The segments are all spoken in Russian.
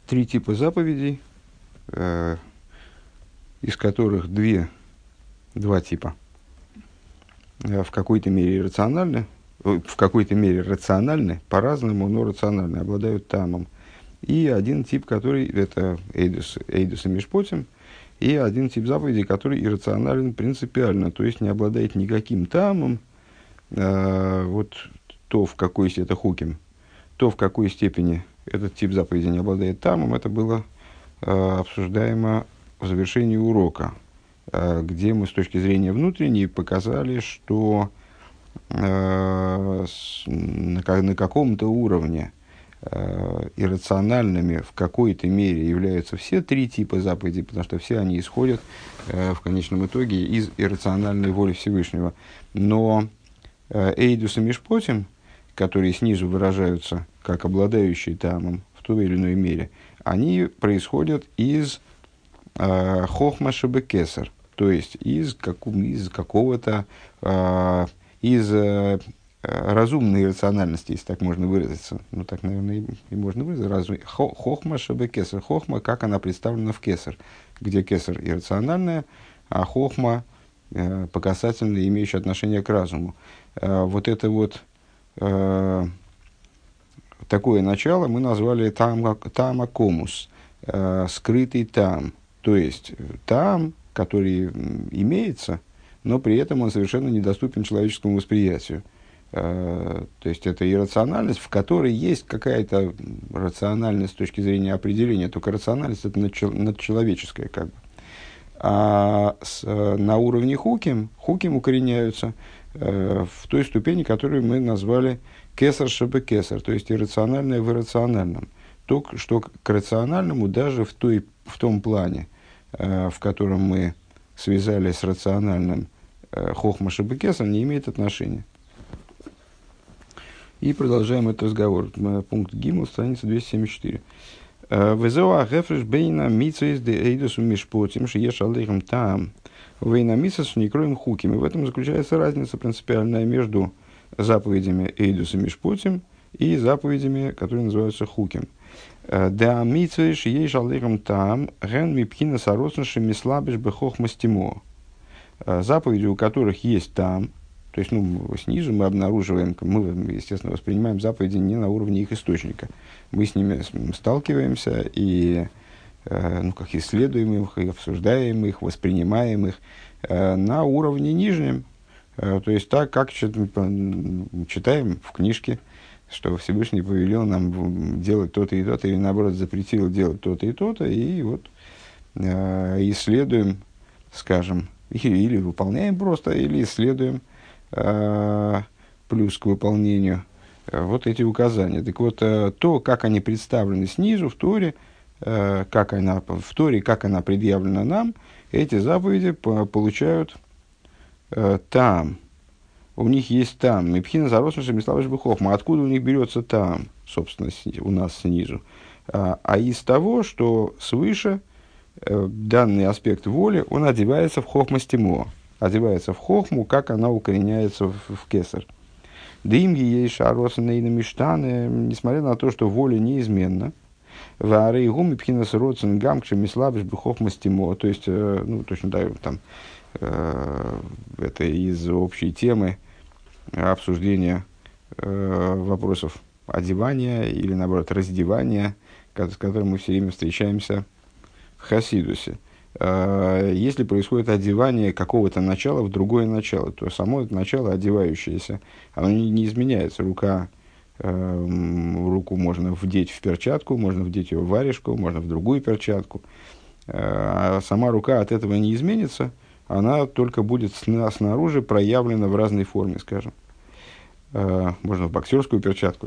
три типа заповедей, из которых два типа в какой-то мере иррациональны, в какой-то мере рациональны, по-разному, но рациональны, обладают тамом. И один тип, который это эйдус и мишпотим, и один тип заповедей, который иррационален принципиально, то есть не обладает никаким тамом, вот то, в какой степени это хуким, то, в какой степени этот тип заповеди не обладает тамом, это было обсуждаемо в завершении урока, где мы с точки зрения внутренней показали, что на каком-то уровне иррациональными в какой-то мере являются все три типа заповедей, потому что все они исходят в конечном итоге из иррациональной воли Всевышнего. Но эйдус и мишпотим, которые снизу выражаются как обладающие тамом в той или иной мере, они происходят из хохма шебекесар, то есть из какого-то разумной рациональности, если так можно выразиться. Ну, так, наверное, и можно выразиться. Хохма шебекесар. Хохма, как она представлена в кесар, где кесар иррациональная, а хохма по касательной, имеющая отношение к разуму. Вот это вот такое начало мы назвали тамакомус, скрытый там. То есть там, который имеется, но при этом он совершенно недоступен человеческому восприятию. То есть это иррациональность, в которой есть какая-то рациональность с точки зрения определения, только рациональность это надчеловеческая как бы. А на уровне хуким укореняются в той ступени, которую мы назвали кесар шебекесар, то есть иррациональное в иррациональном. То, что к рациональному даже в том плане, в котором мы связали с рациональным хохма шебекесар, не имеет отношения. И продолжаем этот разговор. Пункт Гимл, страница 274. «Везоа гефреш бейна митсвейс де эйдусу мишпотим, шиеш алейхам таам, вейна митсвейс некроем хуким». И в этом заключается разница принципиальная между заповедями эйдусу мишпотим и заповедями, которые называются хуким. «Да митсвейс шиеш алейхам таам, ген мипхина сароснаши мислабиш бехох мастимо». Заповеди, у которых есть там, то есть, снизу мы обнаруживаем, мы, естественно, воспринимаем заповеди не на уровне их источника. Мы с ними сталкиваемся и как исследуем их, и обсуждаем их, воспринимаем их на уровне нижнем. То есть, так, как читаем в книжке, что Всевышний повелел нам делать то-то и то-то, или наоборот запретил делать то-то и то-то, и вот исследуем, скажем, или выполняем просто, или исследуем, плюс к выполнению вот эти указания. Так вот, то, как они представлены снизу в Торе, как она предъявлена нам, эти заповеди получают там. У них есть там. Мипхина заросшая миславыш бухохма. Откуда у них берется там, собственно, у нас снизу? А из того, что свыше данный аспект воли, он одевается в хохмастимо. Одевается в хохму, как она укореняется в кесар. Дымги есть шаросанейна миштаны, несмотря на то, что воля неизменна. Ваарейгум и пхинас родсен гамкши мислабиш бхохмастимо. То есть, точно так, там, это из общей темы обсуждения вопросов одевания или, наоборот, раздевания, с которым мы все время встречаемся в Хасидусе. Если происходит одевание какого-то начала в другое начало, то само это начало одевающееся, оно не изменяется. Руку можно вдеть в перчатку, можно вдеть ее в варежку, можно в другую перчатку. А сама рука от этого не изменится, она только будет снаружи проявлена в разной форме, скажем. Можно в боксерскую перчатку.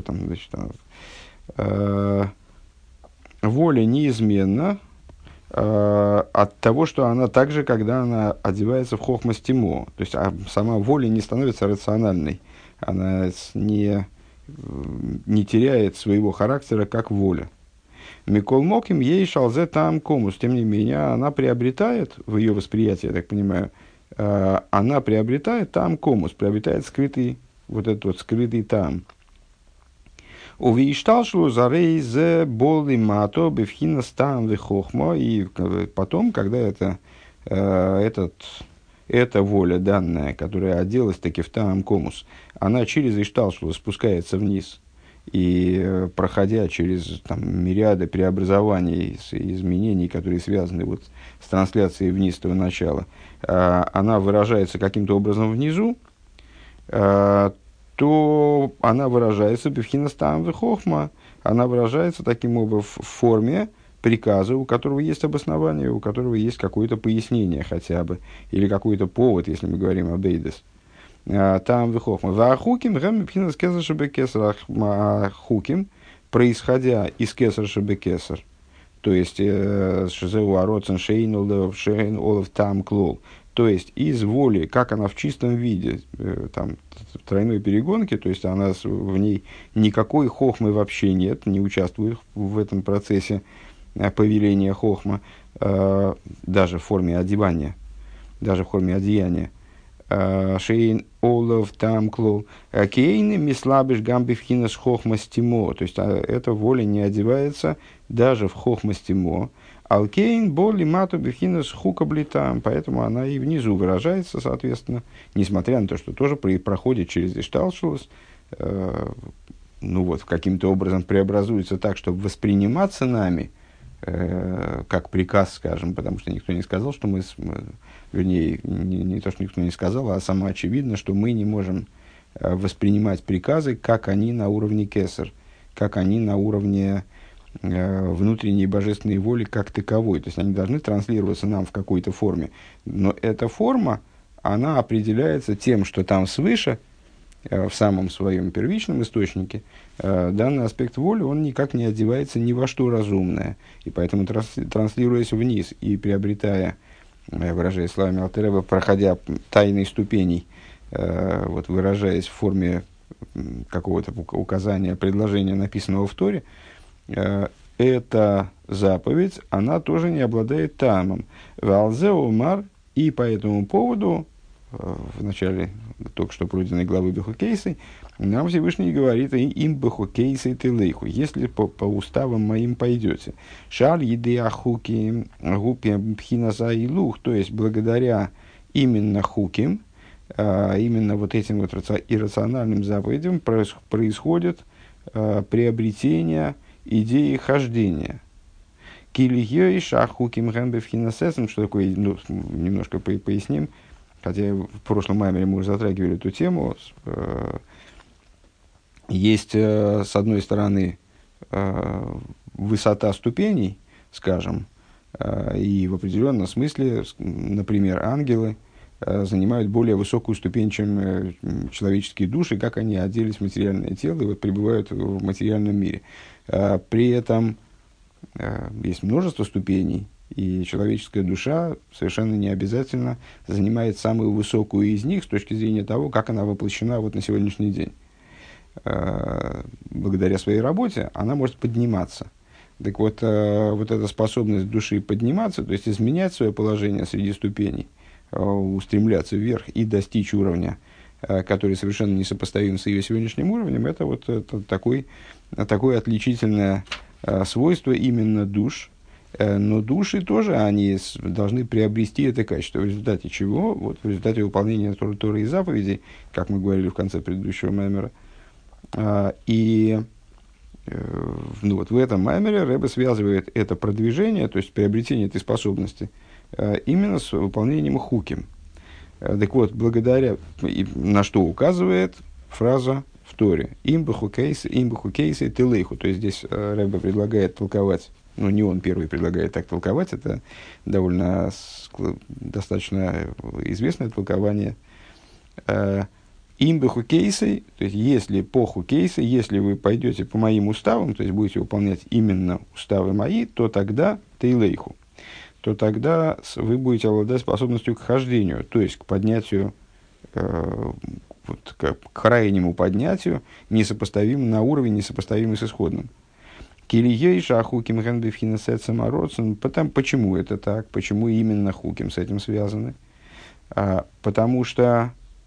Воля неизменна от того, что она также, когда она одевается в хохмастимо, то есть сама воля не становится рациональной, она не теряет своего характера как воля. Микол моким ей шалзе там комус, тем не менее, она приобретает, в ее восприятии, я так понимаю, она приобретает там комус, приобретает скрытый, вот этот вот скрытый там. Увишталшлу зарей зе боли мато бифхина стан вихохмо. И потом, когда эта воля данная, которая оделась таки в таам комус, она через ишталшлу спускается вниз, и проходя через мириады преобразований, изменений, которые связаны вот с трансляцией вниз этого начала, она выражается каким-то образом внизу, то она выражается бифхинастам вехохма, она выражается таким образом в форме приказа, у которого есть обоснование, у которого есть какое-то пояснение хотя бы, или какой-то повод, если мы говорим об эйдес. Там вехохма. Вахуким гэм бифхинас кесар шебекесар. Хуким, происходя из кесар шебекесар, то есть шезеу ароцен шейн олов там клол, то есть из воли, как она в чистом виде, там, в тройной перегонке, то есть она, в ней никакой хохмы вообще нет, не участвует в этом процессе повеления хохма, даже в форме одевания, даже в форме одеяния. Шейн олов там клол кейны мислабиш гамбивхинас хохма стимо, то есть эта воля не одевается даже в хохма стимо. Алкейн боли мату бифхинас хукаблитам, поэтому она и внизу выражается, соответственно, несмотря на то, что тоже проходит через ишталшус, каким-то образом преобразуется так, чтобы восприниматься нами как приказ, скажем, потому что никто не сказал, что вернее, не то, что никто не сказал, а самоочевидно, что мы не можем воспринимать приказы, как они на уровне кесар, как они на уровне внутренней божественной воли как таковой. То есть они должны транслироваться нам в какой-то форме. Но эта форма, она определяется тем, что там свыше, в самом своем первичном источнике, данный аспект воли, он никак не одевается ни во что разумное. И поэтому, транслируясь вниз и приобретая, выражаясь словами Алтер Ребе, проходя тайные ступеней, выражаясь в форме какого-то указания, предложения, написанного в Торе, эта заповедь, она тоже не обладает таамом. Валзе умар, и по этому поводу, в начале только что пройденной главы Бехукейсы, нам Всевышний говорит: им Бехукейсы тылейху, если по уставам моим пойдете. Шаль еды ахуки гупи пхинаса и лух, то есть благодаря именно хуким, именно вот этим вот иррациональным заповедям происходит приобретение идеи хождения. Килийей шахуким гэмбэфхинасэсом, что такое, немножко поясним, хотя в прошлом маймере мы уже затрагивали эту тему. Есть, с одной стороны, высота ступеней, скажем, и в определенном смысле, например, ангелы занимают более высокую ступень, чем человеческие души, как они оделись в материальное тело и пребывают в материальном мире. При этом есть множество ступеней, и человеческая душа совершенно не обязательно занимает самую высокую из них с точки зрения того, как она воплощена на сегодняшний день. Благодаря своей работе она может подниматься. Так вот, эта способность души подниматься, то есть изменять свое положение среди ступеней, устремляться вверх и достичь уровня, который совершенно несопоставим с ее сегодняшним уровнем, это такое отличительное свойство именно душ. Но души тоже, они должны приобрести это качество, в результате чего, в результате выполнения Торы и заповедей, как мы говорили в конце предыдущего маймера. И в этом маймере Ребе связывает это продвижение, то есть приобретение этой способности, именно с выполнением хуким. Так вот, благодаря, на что указывает фраза в Торе: «Имбаху кейсы тилейху». То есть здесь Ребе предлагает толковать, не он первый предлагает так толковать, это достаточно известное толкование. Имбаху кейсы, то есть если по хукейсы, если вы пойдете по моим уставам, то есть будете выполнять именно уставы мои, то тогда тилейху, то тогда вы будете обладать способностью к хождению, то есть к поднятию, к крайнему поднятию, несопоставимым на уровень, несопоставимый с исходным. Килией шахуким гэнбифхина сэцэмародсэн. Почему это так? Почему именно хуким с этим связаны? Потому что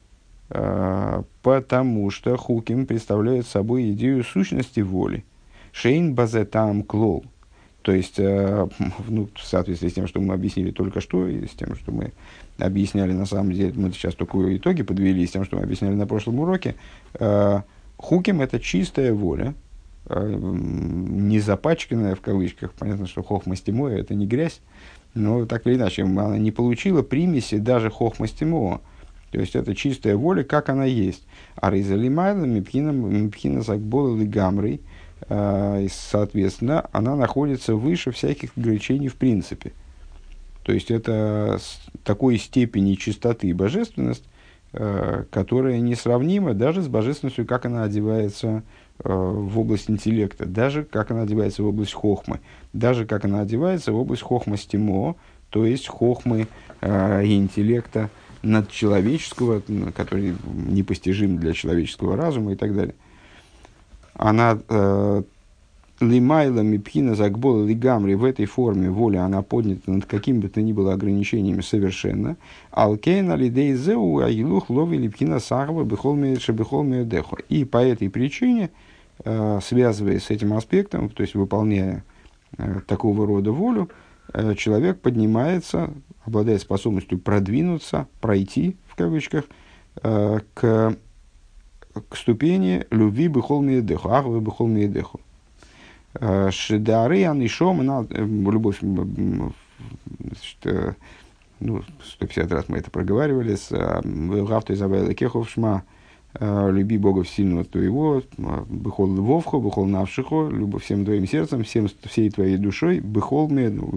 потому что хуким представляют собой идею сущности воли. Шейн базе там клол. То есть, ну, в соответствии с тем, что мы объяснили только что, и с тем, что мы объясняли на самом деле, мы сейчас только итоги подвели, с тем, что мы объясняли на прошлом уроке, хуким – это чистая воля, не запачканная в кавычках. Понятно, что хохма стимо – это не грязь, но так или иначе, она не получила примеси даже хохма стимо. То есть, это чистая воля, как она есть. А рейзалимайла мипхина закбола лигамрей, соответственно, она находится выше всяких ограничений в принципе. То есть, это такой степени чистоты и божественность, которая несравнима даже с божественностью, как она одевается в область интеллекта, даже как она одевается в область хохмы, даже как она одевается в область хохмы стимо, то есть хохмы и интеллекта надчеловеческого, который непостижим для человеческого разума и так далее. Она лимайла мипхина загбола лигамри в этой форме воля, она поднята над какими бы то ни было ограничениями совершенно. Алкейна лидейзеу айлух лови липхина сарва бихолме дехо. И по этой причине, связываясь с этим аспектом, то есть выполняя такого рода волю, человек поднимается, обладает способностью продвинуться, пройти, в кавычках, к ступени любви бихолме дехо, ахвы бихолме дехо. Шедары анишом, любовь, значит, ну, 150 раз мы это проговаривали, с Гавтой Изабеллой Кехов Шма, люби Бога сильного твоего, бехол львовхо, бехол навшихо, любовь всем твоим сердцем, всей твоей душой, бехол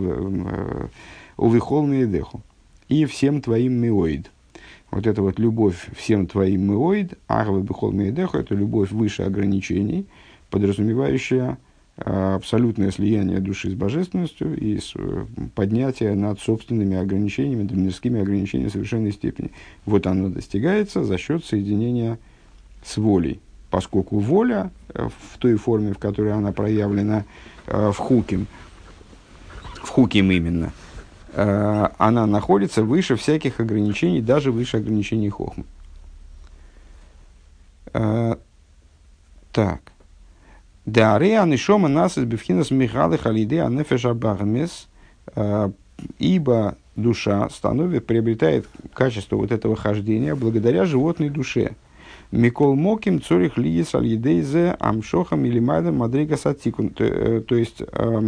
увихол меедеху, и всем твоим меоид. Вот это вот любовь всем твоим меоид, ахва бехол меедеху, это любовь выше ограничений, подразумевающая абсолютное слияние души с божественностью и поднятие над собственными ограничениями, над мирскими ограничениями в совершенной степени. Вот оно достигается за счет соединения с волей, поскольку воля в той форме, в которой она проявлена в хуким именно, она находится выше всяких ограничений, даже выше ограничений хохмы. Так. Да, реан и шома нас из бифхинас михалых алиде анефеша бармес, ибо душа приобретает качество вот этого хождения благодаря животной душе. Микол моким цорих лиес алидейзе амшохам или майдам мадрига сатикун. То есть,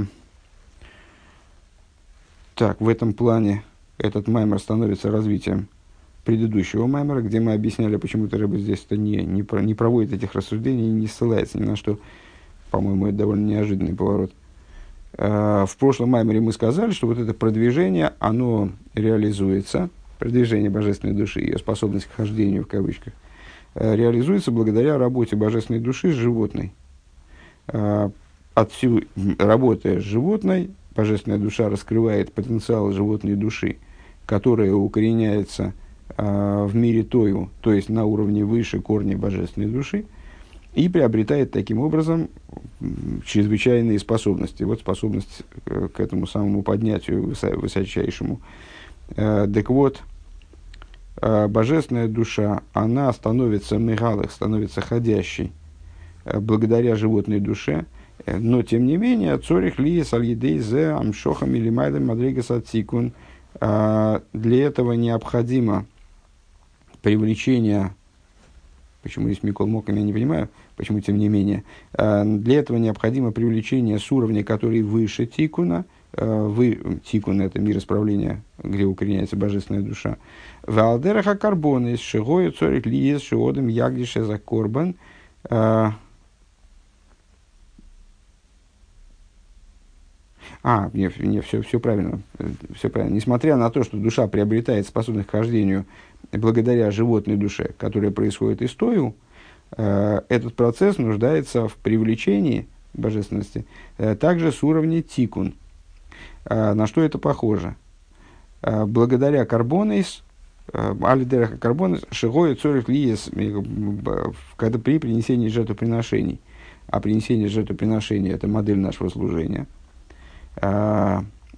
так, в этом плане этот маймер становится развитием предыдущего маймера, где мы объясняли, почему-то Рэбе здесь-то не проводит этих рассуждений, не ссылается ни на что. По-моему, это довольно неожиданный поворот. В прошлом маймере мы сказали, что вот это продвижение, оно реализуется, продвижение божественной души, ее способность к хождению, в кавычках, реализуется благодаря работе божественной души с животной. Отсюда, работая с животной, божественная душа раскрывает потенциал животной души, которая укореняется в мире тою, то есть на уровне выше корней божественной души, и приобретает таким образом чрезвычайные способности. Вот способность к этому самому поднятию высочайшему. Так вот, божественная душа, она становится мегалых, становится ходящей благодаря животной душе, но тем не менее, цорих ли сальидей зе амшохам или майдам мадригас ацикун, для этого необходимо привлечение. Почему здесь Микол Моком, я не понимаю, почему тем не менее. Для этого необходимо привлечение с уровня, который выше тикуна. Тикун – это мир исправления, где укореняется божественная душа. Валдераха карбон из шигою цорик лиес шиодом ягдише за корбан. Все правильно. Все правильно. Несмотря на то, что душа приобретает способность к хождению благодаря животной душе, которая происходит из тою, этот процесс нуждается в привлечении божественности также с уровня тикун. На что это похоже? Благодаря карбонейс, алидераха карбонейс, шигой цорих лиес, когда при принесении жертвоприношений, а принесение жертвоприношений – это модель нашего служения,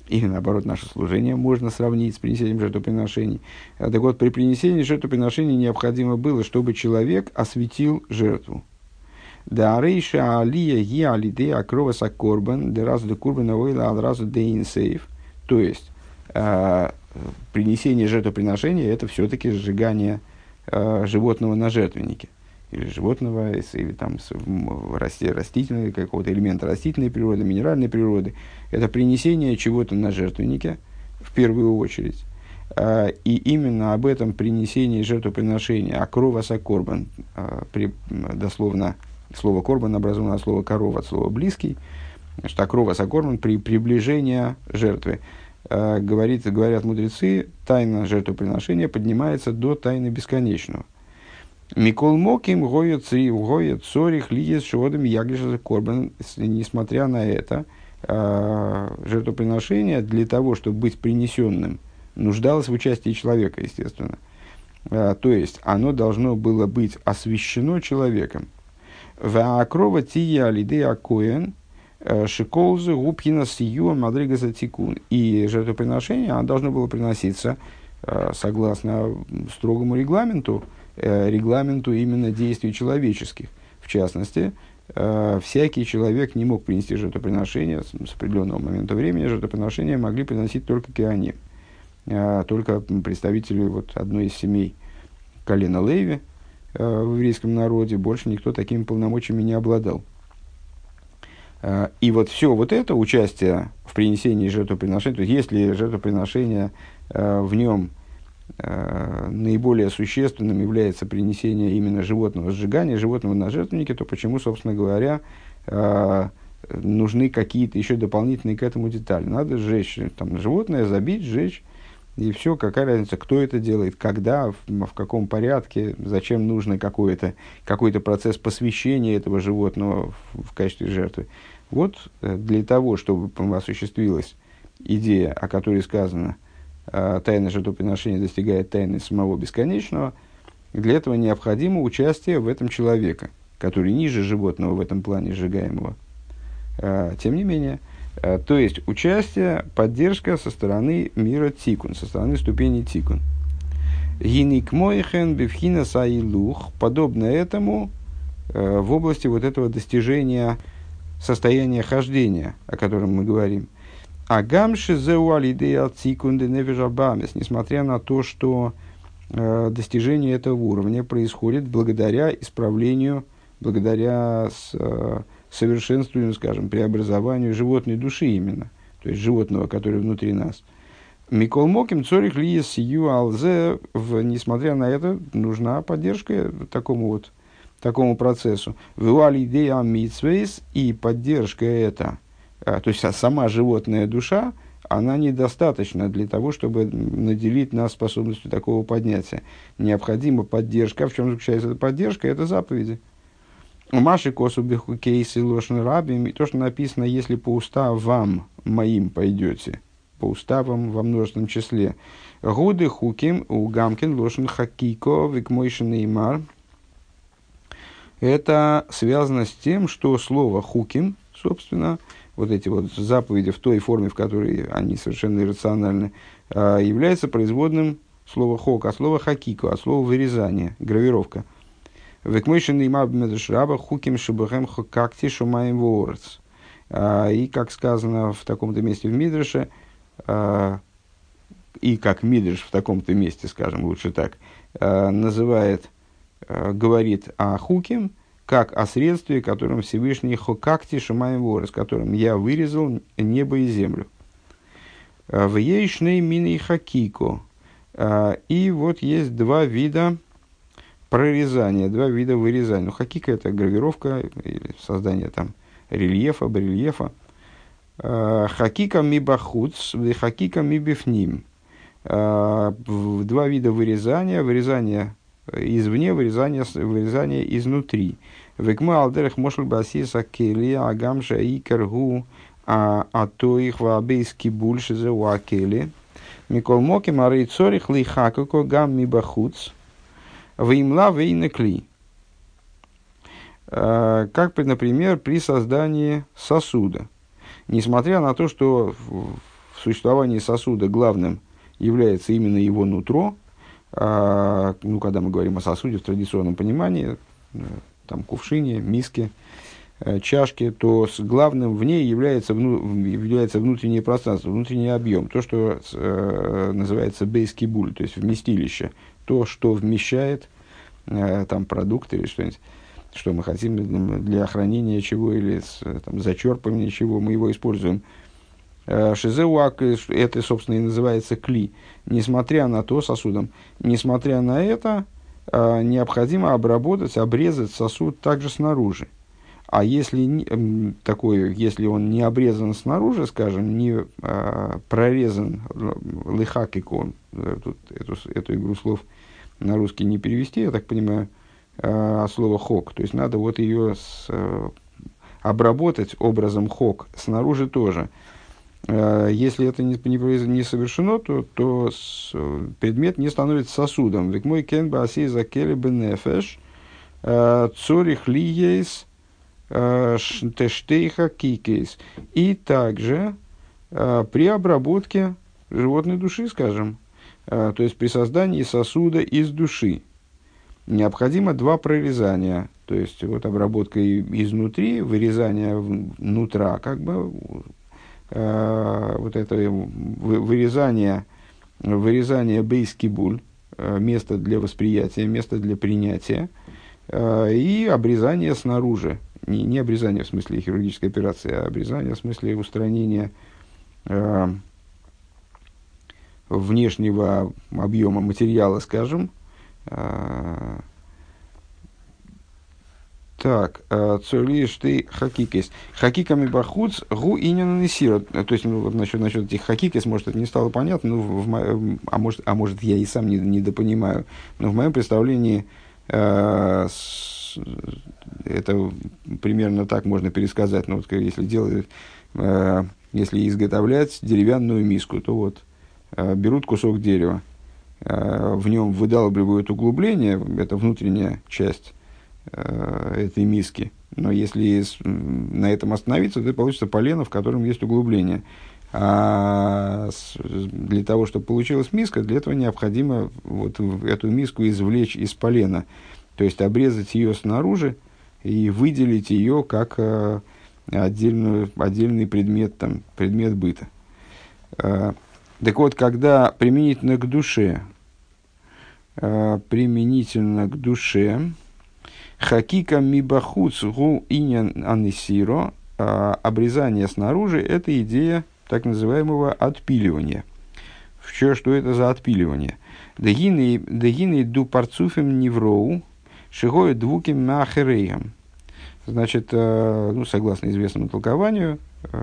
Или наоборот, наше служение можно сравнить с принесением жертвоприношений. Так вот, при принесении жертвоприношений необходимо было, чтобы человек осветил жертву. Да рейша алия е алиде акрова сакорбан, де разу де курбан ойла ал разу де инсейв. То есть, принесение жертвоприношения – это все-таки сжигание животного на жертвеннике. Или животного, или там растительного, какого-то элемента растительной природы, минеральной природы. Это принесение чего-то на жертвеннике, в первую очередь. И именно об этом принесении жертвоприношения, акрова сакорбан, дословно, слово корбан образовано от слова корова, от слова близкий, значит, акрова сакорбан, при приближении жертвы. Говорят мудрецы, тайна жертвоприношения поднимается до тайны бесконечного. Микол Моким гоет цорих лиес шодом ягриша корбан. Несмотря на это, жертвоприношение для того, чтобы быть принесенным, нуждалось в участии человека, естественно. То есть, оно должно было быть освящено человеком. Ваакрова тия лиде акоен шиколзы губкина сию мадригаса тикун. И жертвоприношение оно должно было приноситься согласно строгому регламенту именно действий человеческих. В частности, всякий человек не мог принести жертвоприношение с определенного момента времени. Жертвоприношения могли приносить только коаним, только представители одной из семей колена Леви в еврейском народе. Больше никто такими полномочиями не обладал. И вот все вот это участие в принесении жертвоприношения, то есть если жертвоприношение в нем наиболее существенным является принесение именно животного, сжигания животного на жертвеннике, то почему, собственно говоря, нужны какие-то еще дополнительные к этому детали? Надо сжечь там, животное, забить, сжечь, и все, какая разница, кто это делает, когда, в каком порядке, зачем нужен какой-то процесс посвящения этого животного в качестве жертвы. Вот для того, чтобы осуществилась идея, о которой сказано, тайна жертвоприношения достигает тайны самого бесконечного, для этого необходимо участие в этом человека, который ниже животного в этом плане сжигаемого. Тем не менее, то есть участие, поддержка со стороны мира тикун, со стороны ступени тикун. Гиник мойхен бифхина саилух, подобно этому в области вот этого достижения состояния хождения, о котором мы говорим. А гамши зеуалидея цикунды невежабамес, несмотря на то, что достижение этого уровня происходит благодаря исправлению, благодаря совершенствованию, скажем, преобразованию животной души именно, то есть животного, которое внутри нас. Микол Моким цорих лиес сию алзе, несмотря на это, нужна поддержка такому процессу. Вуалидея митсвейс, и поддержка эта, то есть сама животная душа, она недостаточна для того, чтобы наделить нас способностью такого поднятия. Необходима поддержка. В чем заключается эта поддержка? Это заповеди. У Маши косу биху кейсы лошен рабим, и то, что написано, если по уставам моим пойдете, по уставам во множественном числе. Гуды хуким у гамкин лошен хакико викмойшен неймар. Это связано с тем, что слово хуким, собственно, вот эти вот заповеди в той форме, в которой они совершенно иррациональны, является производным слова хок, от слова хакико, от слова вырезание, гравировка. Векмойшенный мабмедшраба хуким шибахем хокакти шумаем ворц. И как сказано в таком-то месте в Мидреше, и как Мидреш в таком-то месте, скажем лучше так, говорит о хуким, как о средстве, которым Всевышний хокакти шумаем ворос, которым я вырезал небо и землю. В ейшней мини хакико. И вот есть два вида прорезания, два вида вырезания. Ну, хакика – это гравировка или создание там рельефа, барельефа. Хакика ми бахуц, хакика ми бифним. Два вида вырезания. Вырезание извне, вырезание изнутри. Векма алдерах мошл басиса кели агамша икергу а то их вабейски больше за уакели. Микол моки марей цорих лихакоко гам ми бахуц. Вимла вейнекли. Как, например, при создании сосуда. Несмотря на то, что в существовании сосуда главным является именно его нутро, когда мы говорим о сосуде в традиционном понимании, там, кувшине, миске, чашке, то главным в ней является внутреннее пространство, внутренний объем, то, что называется бейскибуль, то есть вместилище, то, что вмещает там, продукты или что-нибудь, что мы хотим для хранения чего или там, зачерпывания чего, мы его используем. Шизеуак, это, собственно, и называется кли. Несмотря на то, сосудом, несмотря на это, необходимо обработать, обрезать сосуд также снаружи. А если, если он не обрезан снаружи, скажем, не прорезан лыхакику, тут эту игру слов на русский не перевести, я так понимаю, от слова хок. То есть надо вот ее обработать образом хок снаружи тоже. Если это не совершено, то предмет не становится сосудом. Век мой кен бааси закели бенефеш цорих лиейс тештейха кикейс. И также при обработке животной души, скажем, то есть при создании сосуда из души, необходимо два прорезания. То есть вот обработка изнутри, вырезание внутра, как бы вот это вырезание бейскибуль, место для восприятия, место для принятия, и обрезание снаружи. Не обрезание в смысле хирургической операции, а обрезание в смысле устранения внешнего объема материала, скажем. Так, цолиш ты хакикес. Хакиками бахуц гу инин несира. То есть, вот насчет этих хакикес, может, это не стало понятно, а может, я и сам не допонимаю. Но в моем представлении это примерно так можно пересказать. Ну, вот, если изготовлять деревянную миску, то вот берут кусок дерева, в нем выдалбливают углубление, это внутренняя часть этой миски. Но если на этом остановиться, то получится полено, в котором есть углубление. А для того, чтобы получилась миска, для этого необходимо вот эту миску извлечь из полена. То есть обрезать ее снаружи и выделить ее как отдельный предмет, предмет быта. Так вот, когда применительно к душе, хакика мибахуц гу инян анисиро, обрезание снаружи – это идея так называемого отпиливания. Что это за отпиливание? Дегины ду парцуфем невроу, шигою двуким махерейгам. Значит, согласно известному толкованию,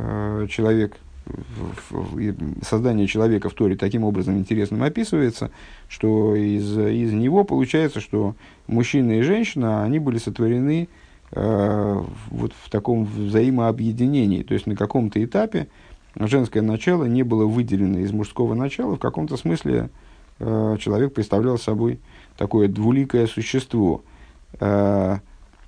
создание человека в Торе таким образом интересным описывается, что из него получается, что мужчина и женщина, они были сотворены вот в таком взаимообъединении. То есть на каком-то этапе женское начало не было выделено из мужского начала. В каком-то смысле человек представлял собой такое двуликое существо. Как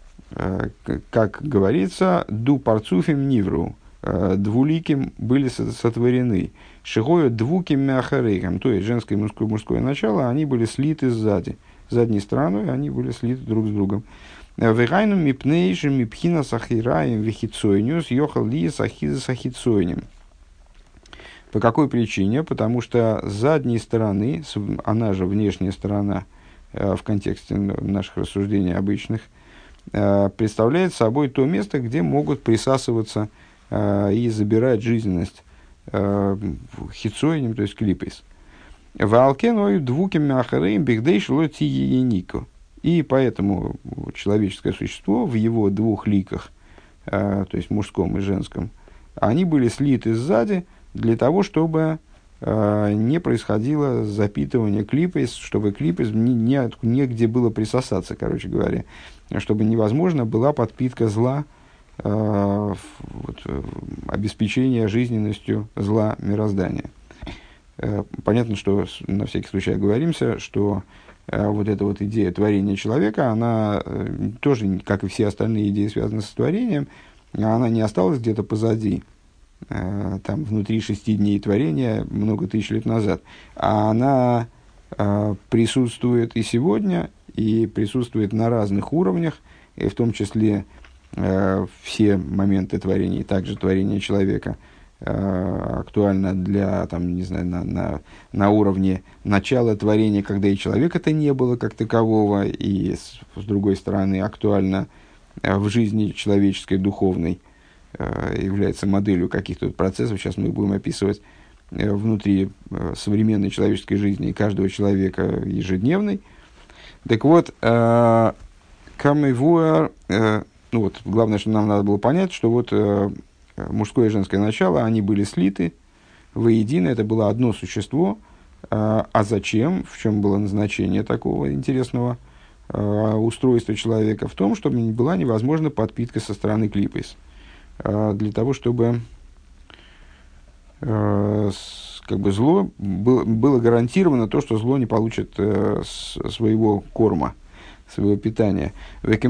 говорится, ду парцуфим нивру, двуликим были сотворены. Шигою двуким мяхарейхам, то есть женское и мужское начало, они были слиты сзади. Задней стороной они были слиты друг с другом. Вегайну мипнейшим мипхина сахираем вихицойнюс йохал ли сахиза сахицойнем. По какой причине? Потому что с задней стороны, она же внешняя сторона в контексте наших рассуждений обычных, представляет собой то место, где могут присасываться и забирать жизненность хицойнем, то есть клипейс. Валкеною двуким мяхареем бигдейш лоти енико. И поэтому человеческое существо в его двух ликах, то есть мужском и женском, они были слиты сзади для того, чтобы не происходило запитывание клипейс, чтобы клипейс негде было присосаться, короче говоря, чтобы невозможно была подпитка зла, обеспечение жизненностью зла мироздания. Понятно, что на всякий случай оговоримся, что вот эта вот идея творения человека, она тоже, как и все остальные идеи, связанные с творением, она не осталась где-то позади. там, внутри 6 дней творения много тысяч лет назад, а она присутствует и сегодня, и присутствует на разных уровнях, и в том числе все моменты творения, и также творение человека актуально для, там, не знаю, на уровне начала творения, когда и человека-то не было как такового, и с другой стороны актуально в жизни человеческой, духовной, является моделью каких-то процессов. Сейчас мы будем описывать внутри современной человеческой жизни каждого человека ежедневной. Так вот, камевуэр, ну вот, главное, что нам надо было понять, что вот мужское и женское начало, они были слиты воедино, это было одно существо. А зачем? В чем было назначение такого интересного устройства человека? В том, чтобы была невозможна подпитка со стороны клипейс. Для того, чтобы как бы зло было гарантировано то, что зло не получит своего корма, своего питания. Как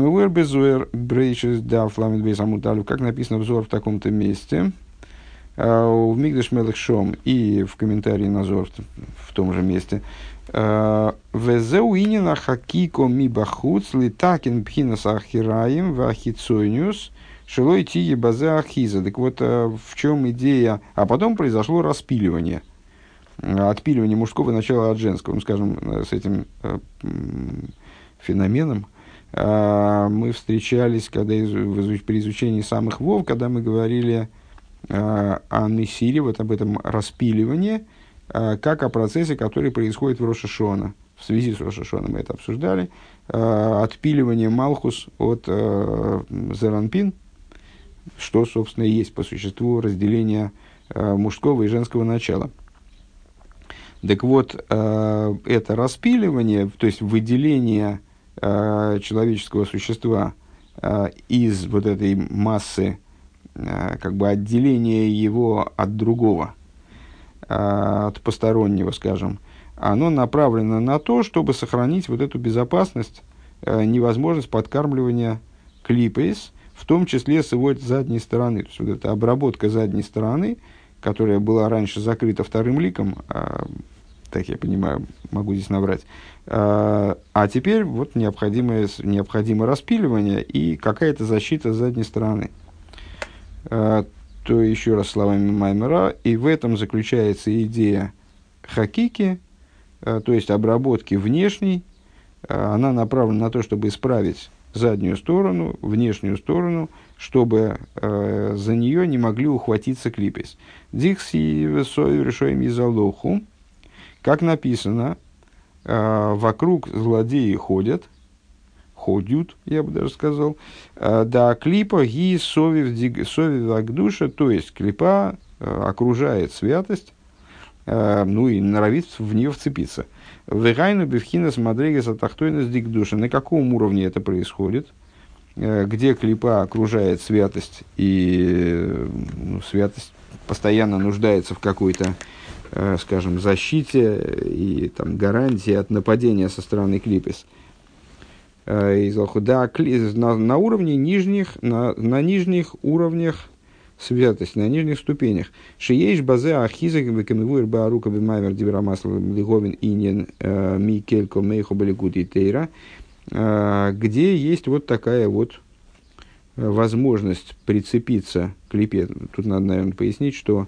написано в Зор в таком-то месте, в Мигдаш Мелех Шом и в комментарии на Зор в том же месте. Везеуинина хакико мибахуц литакин пхинас архираим вахицойниус шилой тие базе ахиза. Так вот, в чем идея? А потом произошло распиливание. Отпиливание мужского начала от женского. Ну, скажем, с этим феноменом мы встречались, когда при изучении самых вов, когда мы говорили о Несире, вот об этом распиливании, как о процессе, который происходит в Рош ха-Шана. В связи с Рош ха-Шана мы это обсуждали. Отпиливание Малхус от Зеранпин, что, собственно, и есть по существу разделение мужского и женского начала. Так вот, это распиливание, то есть выделение человеческого существа из вот этой массы, как бы отделение его от другого, от постороннего, скажем, оно направлено на то, чтобы сохранить вот эту безопасность, невозможность подкармливания клипейс, в том числе с его задней стороны. То есть, вот эта обработка задней стороны, которая была раньше закрыта вторым ликом, так я понимаю, могу здесь наврать, а теперь вот необходимо распиливание и какая-то защита задней стороны. То еще раз словами Маймера, и в этом заключается идея хакики, то есть обработки внешней. Она направлена на то, чтобы исправить заднюю сторону, внешнюю сторону, чтобы за нее не могли ухватиться клипес. Дикси весой решаем изолоху, как написано, вокруг злодеи ходят, я бы даже сказал, да, клипа ги совив агдуша, то есть клипа окружает святость, ну и норовит в нее вцепиться. Вегайну бифхинас мадрегас атахтойнас дикдуша. На каком уровне это происходит? Где клипа окружает святость, и святость постоянно нуждается в какой-то, скажем, защите и там, гарантии от нападения со стороны клипес. На уровне нижних, на нижних уровнях святости, на нижних ступенях. Шиеш базе ахизак векамивуэр баарука бимаймер дибрамасл лиговин инин микелько мейхо беликути тейра, где есть вот такая вот возможность прицепиться к клипе. Тут надо, наверное, пояснить, что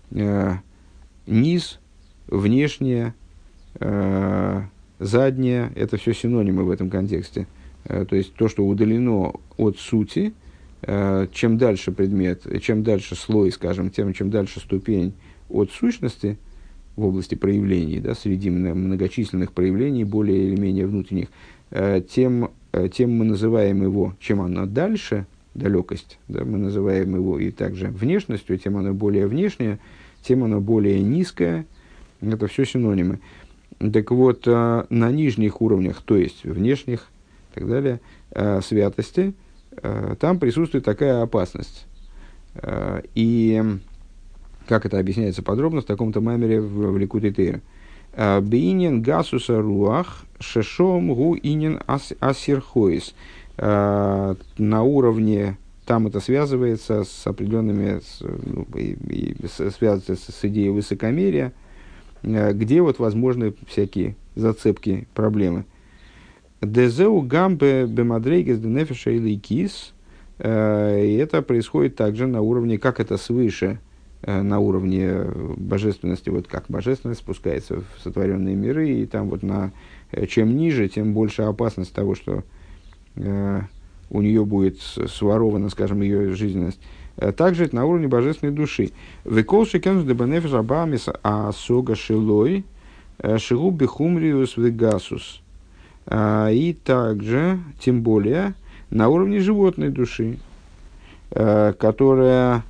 низ, внешнее, заднее – это все синонимы в этом контексте. То есть, то, что удалено от сути, чем дальше предмет, чем дальше слой, скажем, чем дальше ступень от сущности в области проявлений, да, среди многочисленных проявлений, более или менее внутренних, тем мы называем его, чем оно дальше, далекость, да, мы называем его и также внешностью, тем оно более внешнее, тем оно более низкое. Это все синонимы. Так вот, на нижних уровнях, то есть внешних и так далее, святости, там присутствует такая опасность. И как это объясняется подробно в таком-то маймере в Ликутей Тейра. Бейнин гасуса руах шешом гу инин асирхоис. На уровне там это связывается с определенными, связывается с идеей высокомерия, где вот возможны всякие зацепки, проблемы. Дезеу гамбе бемадрейгес денефиша или кис. И это происходит также на уровне, как это свыше, на уровне божественности, вот как божественность спускается в сотворенные миры, и там вот чем ниже, тем больше опасность того, что у нее будет сворована, скажем, ее жизненность. Также это на уровне божественной души. Векол шикенус дебанефиш абамис асога шилой шигу бехумриус вегасус. И также, тем более, на уровне животной души, которая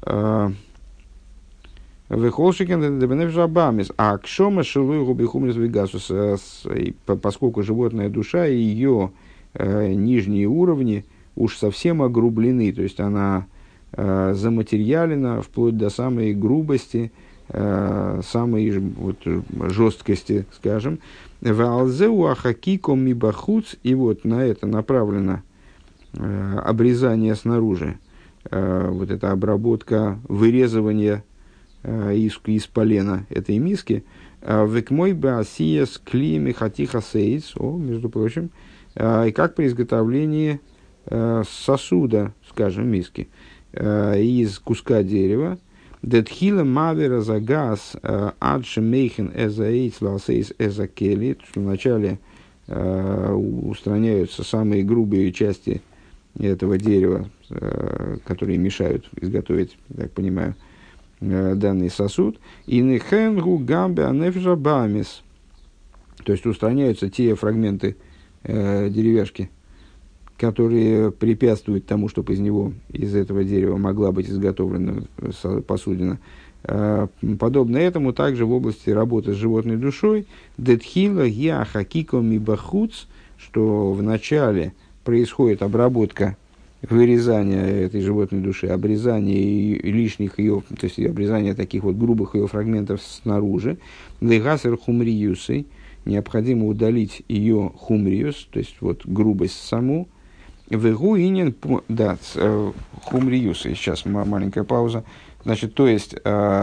выхолшикен дебенефиш абамис, а кшома шилой губихумриус вегасус, поскольку животная душа и ее нижние уровни уж совсем огрублены, то есть она заматериалена вплоть до самой грубости, самой вот, жесткости, скажем. Валзеу ахакиком мибахуц, и вот на это направлено обрезание снаружи, вот эта обработка, вырезывание из полена этой миски. Векмой баасиес клими хатиха сейц, между прочим, и как при изготовлении сосуда, скажем, миски, из куска дерева. Детхила мавера загас адши мейхен эзаэйц ласейс эзакели, что вначале устраняются самые грубые части этого дерева, которые мешают изготовить, так понимаю, данный сосуд. И нехенгу гамбе анефжа бамис, то есть устраняются те фрагменты деревяшки, которые препятствуют тому, чтобы из этого дерева могла быть изготовлена посудина. Подобно этому также в области работы с животной душой детхила яхакиком и бахуц, что вначале происходит обработка, вырезание этой животной души, обрезание лишних ее, то есть обрезание таких вот грубых ее фрагментов снаружи. Легасер хумриюсы, необходимо удалить ее хумриус, то есть вот грубость саму. Вегу инин, да, хумриюсы, сейчас маленькая пауза. Значит, то есть,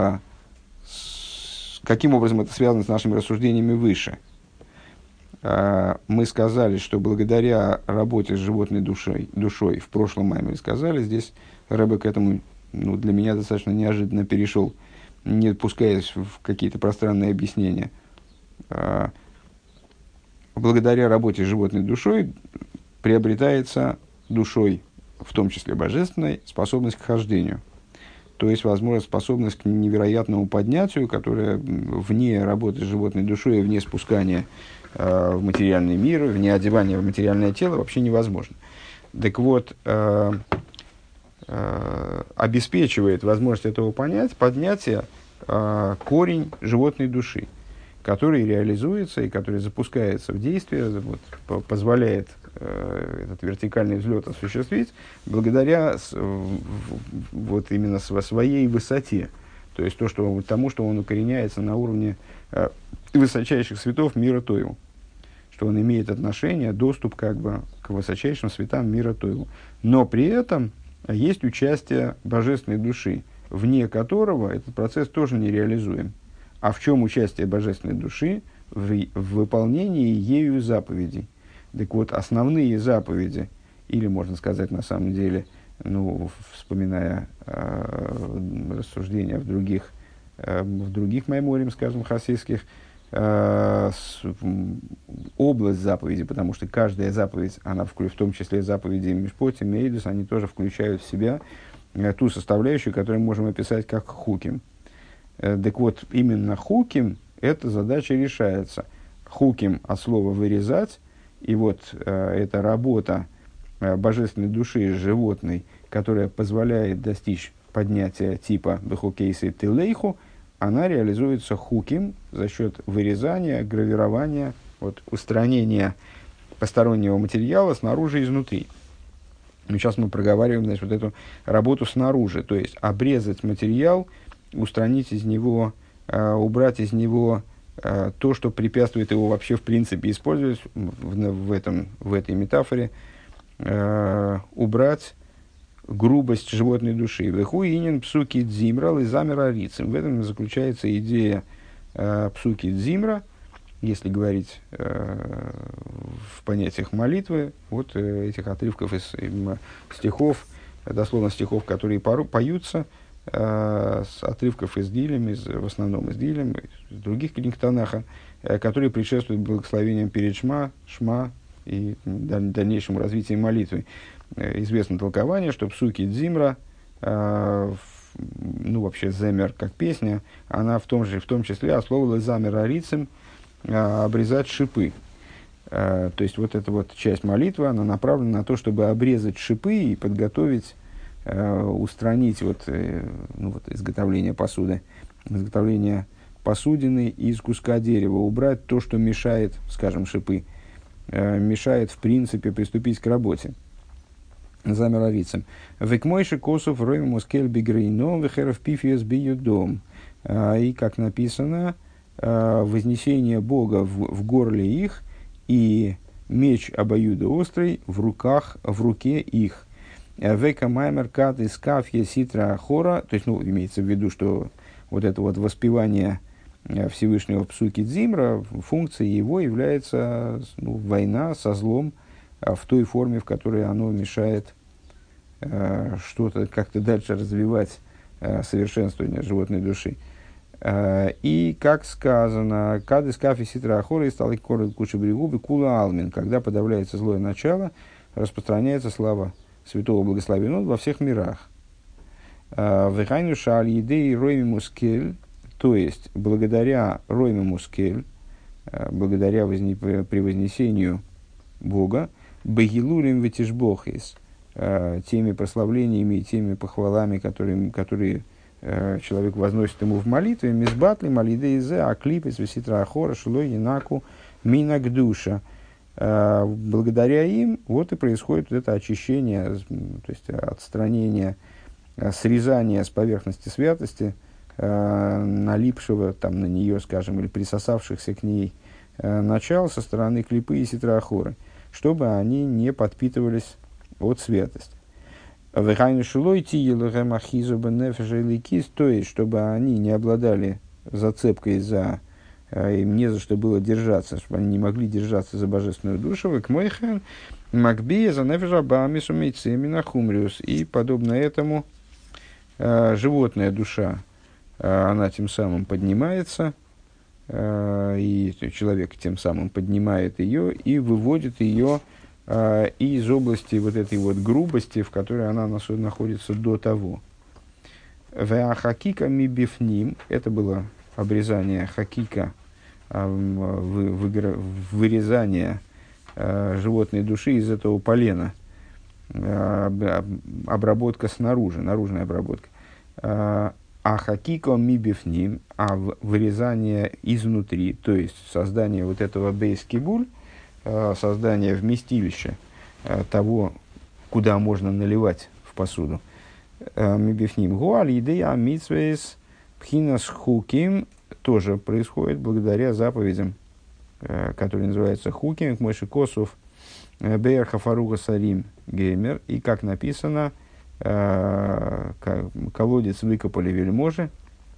каким образом это связано с нашими рассуждениями выше? Мы сказали, что благодаря работе с животной душой в прошлом маймере сказали, здесь Рэбе к этому, для меня достаточно неожиданно перешел, не пускаясь в какие-то пространные объяснения. Благодаря работе с животной душой приобретается душой, в том числе божественной, способность к хождению. То есть, возможно, способность к невероятному поднятию, которая вне работы с животной душой, вне спускания в материальный мир, вне одевания в материальное тело вообще невозможно. Так вот, обеспечивает возможность этого поднятия корень животной души, который реализуется и который запускается в действие, вот, позволяет этот вертикальный взлет осуществить благодаря вот именно своей высоте. То есть тому, что он укореняется на уровне высочайших светов мира Тойву, что он имеет отношение, доступ как бы к высочайшим светам мира Тойву. Но при этом есть участие божественной души, вне которого этот процесс тоже не реализуем. А в чем участие божественной души? В выполнении ею заповедей. Так вот, основные заповеди, или можно сказать на самом деле, вспоминая рассуждения в других майморим, скажем, хасидских, область заповеди, потому что каждая заповедь, она в том числе заповеди Мишпоти, Мейдус, они тоже включают в себя ту составляющую, которую мы можем описать как хуким. Так вот, именно хуким эта задача решается. Хуким от слова «вырезать», и вот эта работа божественной души животной, которая позволяет достичь поднятия типа «бехукейсы тилейху», она реализуется хуким за счет вырезания, гравирования, вот, устранения постороннего материала снаружи и изнутри. Сейчас мы проговариваем, значит, вот эту работу снаружи, то есть обрезать материал, устранить из него, убрать из него то, что препятствует его вообще в принципе использовать в этой метафоре, убрать грубость животной души. Веху инин псуки дзимра лизамера рицем. В этом заключается идея псуки дзимра, если говорить в понятиях молитвы, вот этих отрывков из стихов, дословно стихов, которые поются, с отрывков из Дилем, в основном из Дилем, из других книг Танаха, которые предшествуют благословениям перед Шма и дальнейшему развитию молитвы. Известно толкование, что псуки дзимра, вообще земер как песня, она в том числе ословила замер арицем, обрезать шипы. То есть вот эта вот часть молитвы, она направлена на то, чтобы обрезать шипы и подготовить, устранить изготовление посуды, изготовление посудины из куска дерева, убрать то, что мешает, скажем, шипы, мешает в принципе приступить к работе. Замеровицем. Векмойши косов роймус кельби грейно вехеров пифиес биюдом. И, как написано, вознесение Бога в горле их и меч обоюдоострый в руке их. Века маймер кат из кафья ситра хора, то есть, имеется в виду, что вот это вот воспевание Всевышнего псуки дзимра, функцией его является война со злом в той форме, в которой оно мешает что-то как-то дальше развивать совершенствование животной души. И, как сказано, «Кадыс кафи ситра ахора и стал коры куча брегубы кула алмин». Когда подавляется злое начало, распространяется слава святого благословенного во всех мирах. «Вехайну шаль едей ройми мускель», то есть, благодаря ройми мускель, благодаря при вознесению Бога, «бегилурим ветишбохис», теми прославлениями и теми похвалами, которые человек возносит ему в молитве, мизбатли, малидейзе, аклипис, виситра ахора, шилой, янаку, минак душа. Благодаря им вот и происходит вот это очищение, то есть отстранение, срезание с поверхности святости, налипшего там на нее, скажем, или присосавшихся к ней начал со стороны клипы и ситра ахоры, чтобы они не подпитывались от святости. То есть, чтобы они не обладали зацепкой им не за что было держаться, чтобы они не могли держаться за божественную душу, и подобно этому животная душа, она тем самым поднимается, и человек тем самым поднимает ее и выводит ее из области вот этой вот грубости, в которой она находится до того. Хакика мибифним, это было обрезание хакика, вырезание животной души из этого полена, обработка снаружи, наружная обработка. А хакика мибифним, вырезание изнутри, то есть создание вот этого бейс-кибуль, создание вместилища того, куда можно наливать в посуду. Мибифним гуаль идея митсвейс пхинас хуким тоже происходит благодаря заповедям, которые называются хуким, к мойши косов бейр хафаруга сарим геймер. И как написано, колодец выкопали вельможи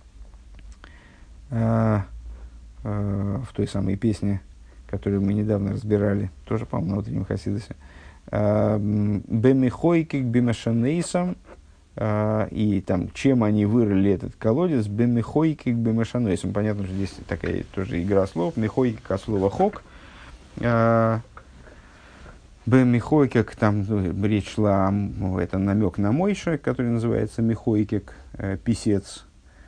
в той самой песне, которую мы недавно разбирали, тоже, по-моему, на утреннем Хасидусе. Бемихойкик бемешанейсам, и там, чем они вырыли этот колодец, бемихойкик бемешанейсам. Понятно, что здесь такая тоже игра слов. Михойкик от слова хок. Бемихойкик, там речь шла, это намек на Мойше, который называется Михойкик, писец.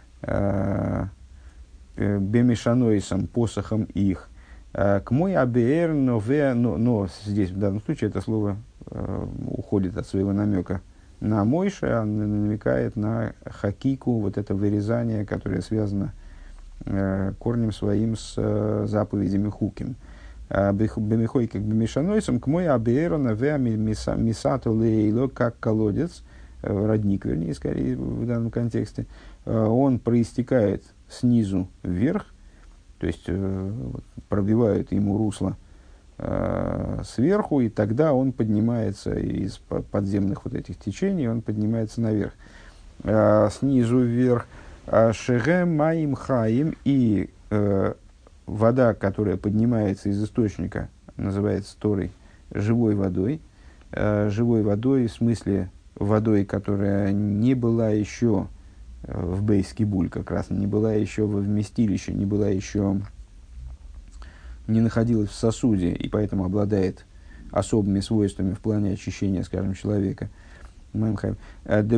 Бемешанейсам, посохом их. К мой абр, но здесь в данном случае это слово уходит от своего намека на Мойше, а намекает на хакику, вот это вырезание, которое связано корнем своим с заповедями хуким. Бемихой как бемешанойсом, к мой абр, навеа мисато лейло, как колодец, родник, вернее, скорее в данном контексте, он проистекает снизу вверх, то есть пробивают ему русло сверху, и тогда он поднимается из подземных вот этих течений, он поднимается наверх, снизу вверх. Шеге маим хаим, и вода, которая поднимается из источника, называется Торой живой водой. Живой водой, в смысле водой, которая не была еще в Бейс-Кибуль, как раз не была еще в вместилище, не была еще, не находилась в сосуде, и поэтому обладает особыми свойствами в плане очищения, скажем, человека. Вот эта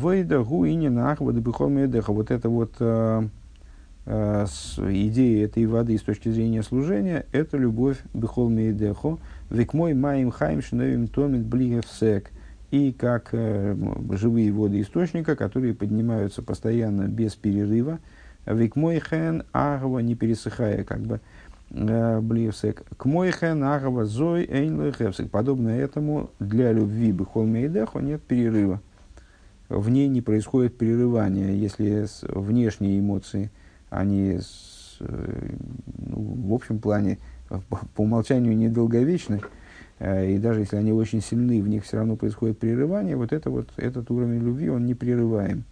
вот идея этой воды с точки зрения служения, это любовь бихол мейдехо, век мой маим хайм шиновим томит блигевсек, и как живые воды источника, которые поднимаются постоянно без перерыва, век мой хэн агава, не пересыхая, как бы блигевсек, к мой хэн агава зой эйн лехевсек. Подобно этому для любви бихол мейдехо нет перерыва. В ней не происходит прерывания, если внешние эмоции они в общем плане по умолчанию недолговечны, и даже если они очень сильны, в них все равно происходит прерывание, вот этот уровень любви, он непрерываем.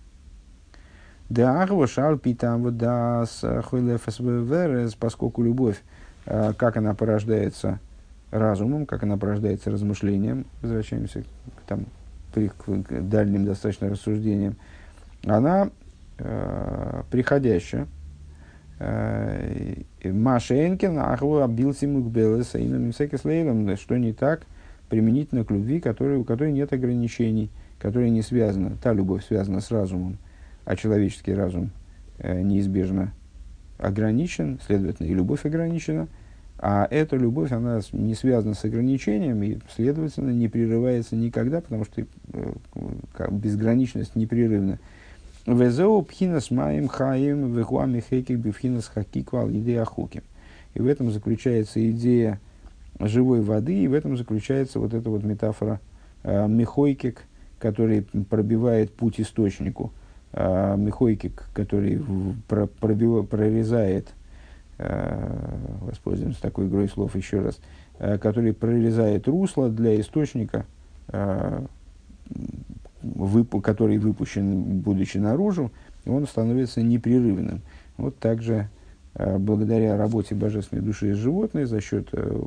Поскольку любовь, как она порождается разумом, как она порождается размышлением, возвращаемся к дальним достаточно рассуждениям, она приходящая. Машенкин, ахву обился мукбелес, что не так применительно к любви, у которой нет ограничений, которая не связана, та любовь связана с разумом, а человеческий разум неизбежно ограничен, следовательно, и любовь ограничена, а эта любовь, она не связана с ограничением и, следовательно, не прерывается никогда, потому что безграничность непрерывна. Везеу пхинас маим хаим вехуами хекик бифхинас хакиквал идея хуким. И в этом заключается идея живой воды, и в этом заключается вот эта вот метафора мехойкик, который пробивает путь источнику. Мехойкик, который прорезает, воспользуемся такой игрой слов еще раз, который прорезает русло для источника, который выпущен, будучи наружу, он становится непрерывным. Вот также благодаря работе божественной души с животной за счет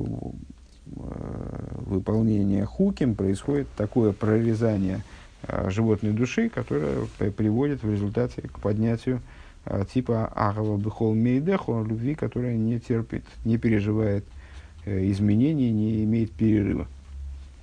выполнения хуким происходит такое прорезание животной души, которое приводит в результате к поднятию типа агава бехол мейдехо, любви, которая не терпит, не переживает изменений, не имеет перерыва.